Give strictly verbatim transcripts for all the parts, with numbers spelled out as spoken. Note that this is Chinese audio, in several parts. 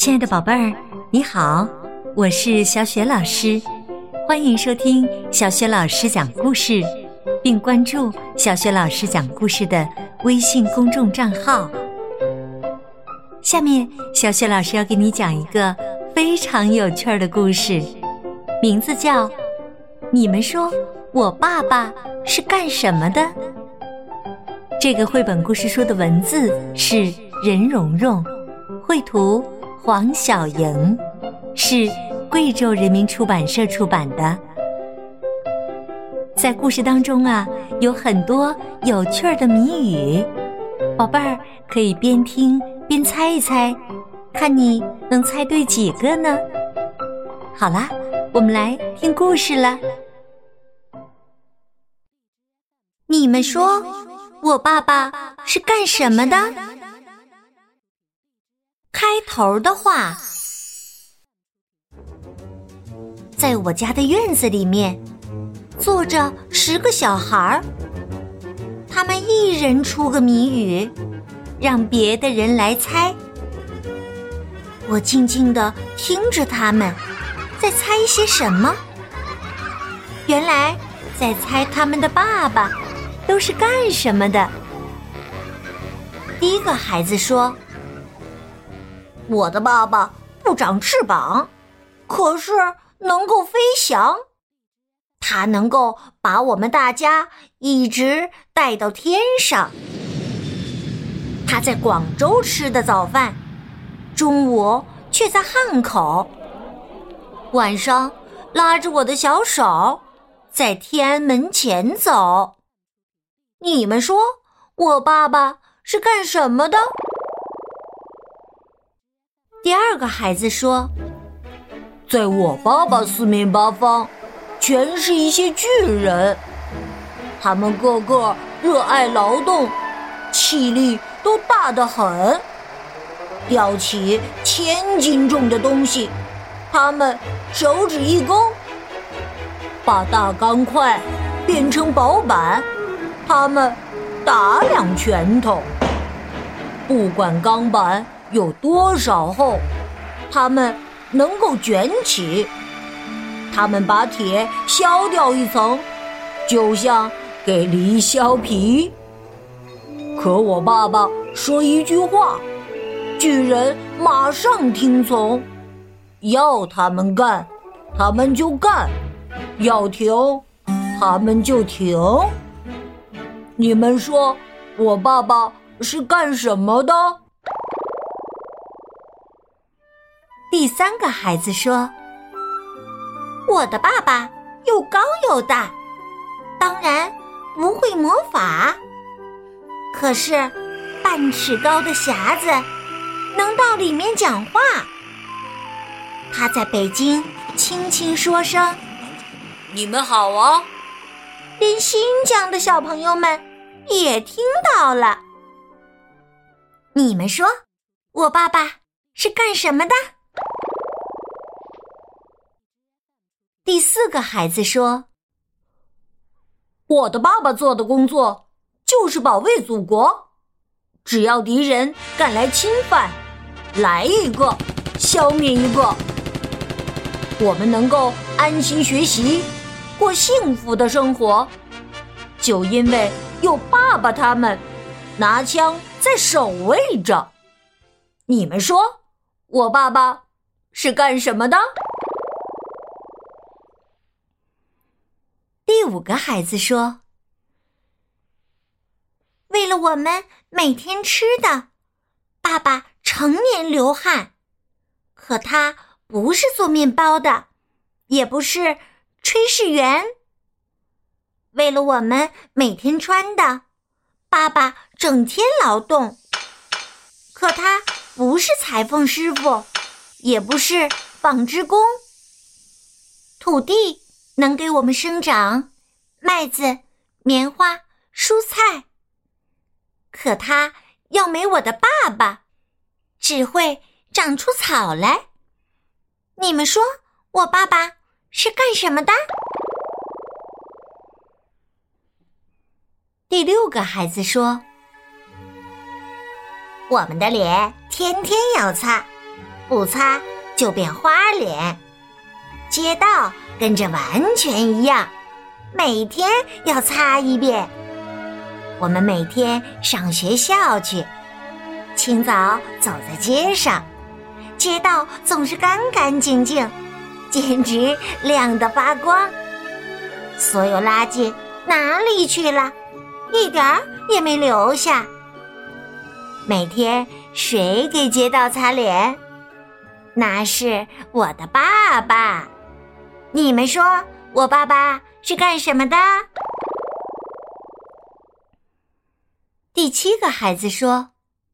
亲爱的宝贝儿，你好，我是小雪老师，欢迎收听小雪老师讲故事，并关注小雪老师讲故事的微信公众账号。下面小雪老师要给你讲一个非常有趣的故事，名字叫你们说我爸爸是干什么的？这个绘本故事书的文字是任蓉蓉，绘图黄晓莹，是贵州人民出版社出版的。在故事当中啊，有很多有趣的谜语，宝贝儿可以边听边猜一猜，看你能猜对几个呢？好啦，我们来听故事了。你们说我爸爸是干什么的？开头的话，在我家的院子里面坐着十个小孩，他们一人出个谜语，让别的人来猜。我静静地听着他们在猜些什么，原来在猜他们的爸爸都是干什么的。第一个孩子说，我的爸爸不长翅膀，可是能够飞翔，他能够把我们大家一直带到天上。他在广州吃的早饭，中午却在汉口，晚上拉着我的小手在天安门前走。你们说我爸爸是干什么的？第二个孩子说，在我爸爸四面八方全是一些巨人，他们个个热爱劳动，气力都大得很，吊起千斤重的东西，他们手指一勾，把大钢块变成薄板，他们打两拳头，不管钢板有多少厚，他们能够卷起，他们把铁削掉一层，就像给梨削皮。可我爸爸说一句话，巨人马上听从，要他们干，他们就干，要停，他们就停。你们说我爸爸是干什么的？第三个孩子说，我的爸爸又高又大，当然不会魔法，可是半尺高的匣子能到里面讲话。他在北京轻轻说声你们好啊，连新疆的小朋友们也听到了。你们说我爸爸是干什么的？第四个孩子说，我的爸爸做的工作就是保卫祖国，只要敌人敢来侵犯，来一个消灭一个，我们能够安心学习，过幸福的生活，就因为有爸爸他们拿枪在守卫着。你们说我爸爸是干什么的？第五个孩子说，为了我们每天吃的，爸爸成年流汗，可他不是做面包的，也不是炊事员。为了我们每天穿的，爸爸整天劳动，可他不是裁缝师傅，也不是纺织工。土地能给我们生长麦子、棉花、蔬菜，可它要没我的爸爸，只会长出草来。你们说我爸爸是干什么的？第六个孩子说，我们的脸天天要擦， 不擦就变花脸。街道跟着完全一样，每天要擦一遍。我们每天上学校去，清早走在街上，街道总是干干净净，简直亮得发光。所有垃圾哪里去了？一点儿也没留下。每天谁给街道擦脸？那是我的爸爸。你们说我爸爸是干什么的？第七个孩子说，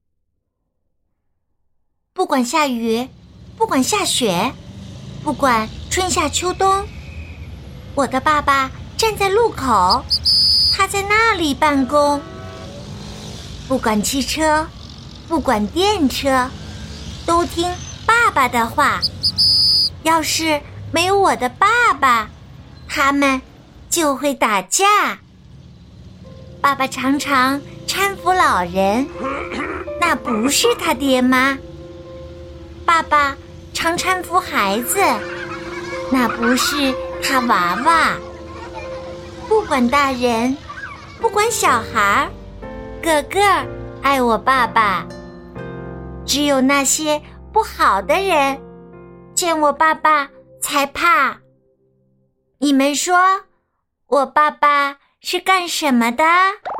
不管下雨，不管下雪，不管春夏秋冬，我的爸爸站在路口，他在那里办公。不管汽车，不管电车，都听爸爸的话。要是没有我的爸爸，他们就会打架。爸爸常常搀扶老人，那不是他爹妈。爸爸常搀扶孩子，那不是他娃娃。不管大人，不管小孩，个个爱我爸爸。只有那些不好的人，见我爸爸才怕。你们说，我爸爸是干什么的？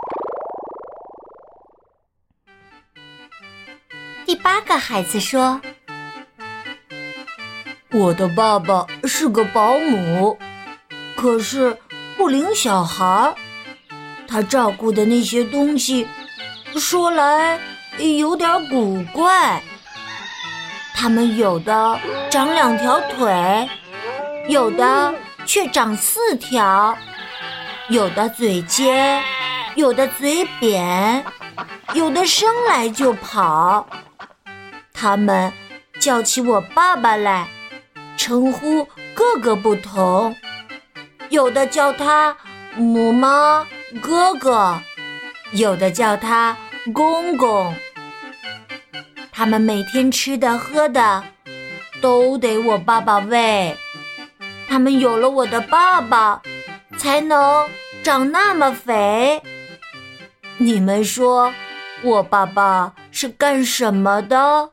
第八个孩子说，我的爸爸是个保姆，可是不领小孩，他照顾的那些东西，说来有点古怪。他们有的长两条腿，有的却长四条，有的嘴尖，有的嘴扁，有的生来就跑。他们叫起我爸爸来，称呼个个不同，有的叫他母妈哥哥，有的叫他公公。他们每天吃的喝的都得我爸爸喂。他们有了我的爸爸，才能长那么肥。你们说，我爸爸是干什么的？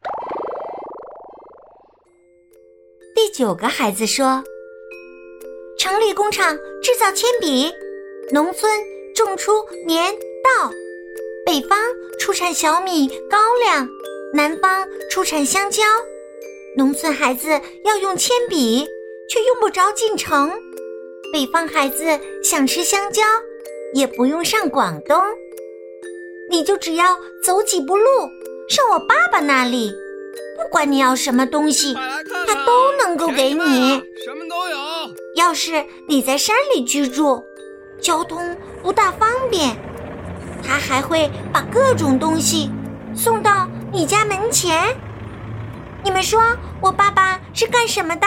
第九个孩子说，城里工厂制造铅笔，农村种出棉稻，北方出产小米高粱，南方出产香蕉。农村孩子要用铅笔，却用不着进城。北方孩子想吃香蕉，也不用上广东。你就只要走几步路，上我爸爸那里，不管你要什么东西，他都能够给你。 什么都有。 要是你在山里居住，交通不大方便，他还会把各种东西送到你家门前。你们说我爸爸是干什么的？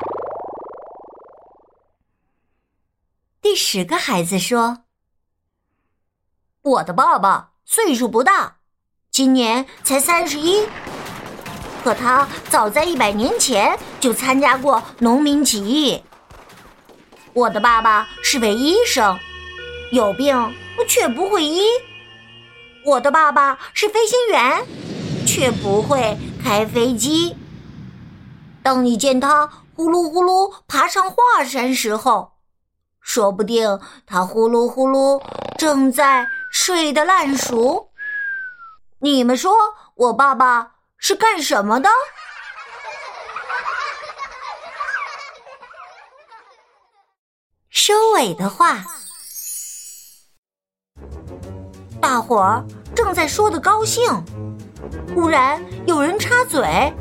第十个孩子说，我的爸爸岁数不大，今年才三十一，可他早在一百年前就参加过农民起义。我的爸爸是位医生，有病却不会医。我的爸爸是飞行员，却不会开飞机。当你见他呼噜呼噜爬上华山时候，说不定他呼噜呼噜正在睡得烂熟。你们说我爸爸是干什么的？收尾的话，大伙儿正在说得高兴，忽然有人插嘴，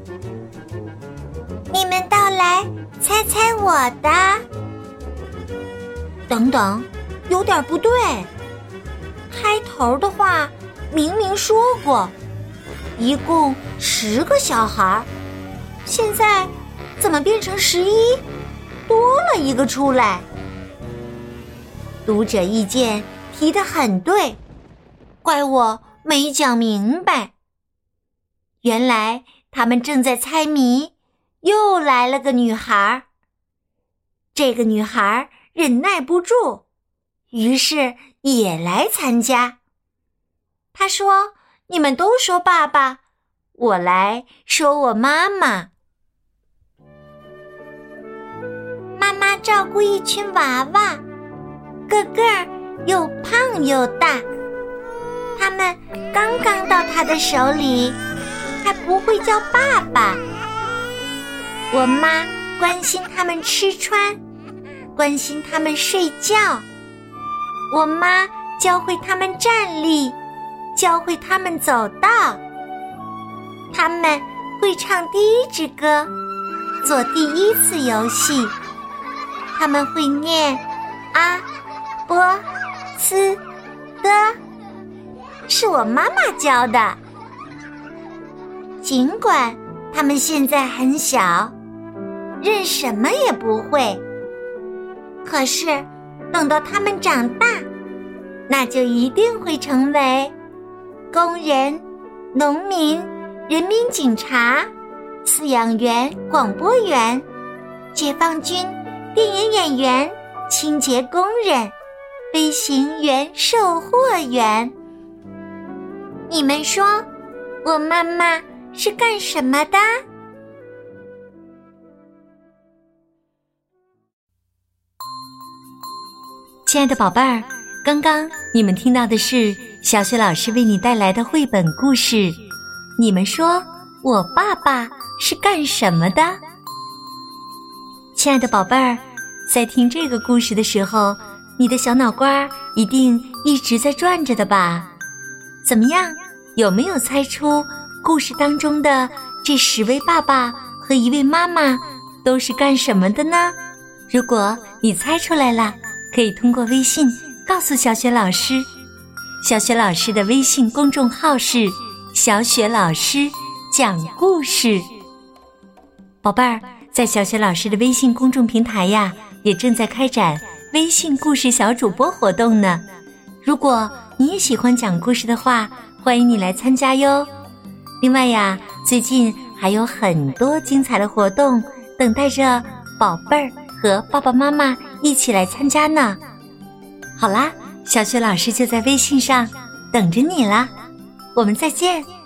你们倒来猜猜我的。等等，有点不对。开头的话明明说过一共十个小孩，现在怎么变成十一，多了一个出来。读者意见提得很对，怪我没讲明白。原来他们正在猜谜，又来了个女孩。这个女孩忍耐不住，于是也来参加。她说：你们都说爸爸，我来说我妈妈。妈妈照顾一群娃娃，个个又胖又大，他们刚刚到她的手里，还不会叫爸爸。我妈关心他们吃穿，关心他们睡觉。我妈教会他们站立，教会他们走道。他们会唱第一支歌，做第一次游戏。他们会念啊、波、斯、的，是我妈妈教的。尽管他们现在很小，认什么也不会，可是等到他们长大，那就一定会成为工人、农民、人民警察、饲养员、广播员、解放军、电影演员、清洁工人、飞行员、售货员。你们说，我妈妈是干什么的？ 亲爱的宝贝儿，刚刚你们听到的是小雪老师为你带来的绘本故事。你们说，我爸爸是干什么的？亲爱的宝贝儿，在听这个故事的时候，你的小脑瓜一定一直在转着的吧？怎么样，有没有猜出故事当中的这十位爸爸和一位妈妈都是干什么的呢？如果你猜出来了，可以通过微信告诉小雪老师。小雪老师的微信公众号是小雪老师讲故事。宝贝儿，在小雪老师的微信公众平台呀，也正在开展微信故事小主播活动呢。如果你也喜欢讲故事的话，欢迎你来参加哟。另外呀，最近还有很多精彩的活动等待着宝贝儿和爸爸妈妈一起来参加呢。好啦，小雪老师就在微信上等着你啦，我们再见。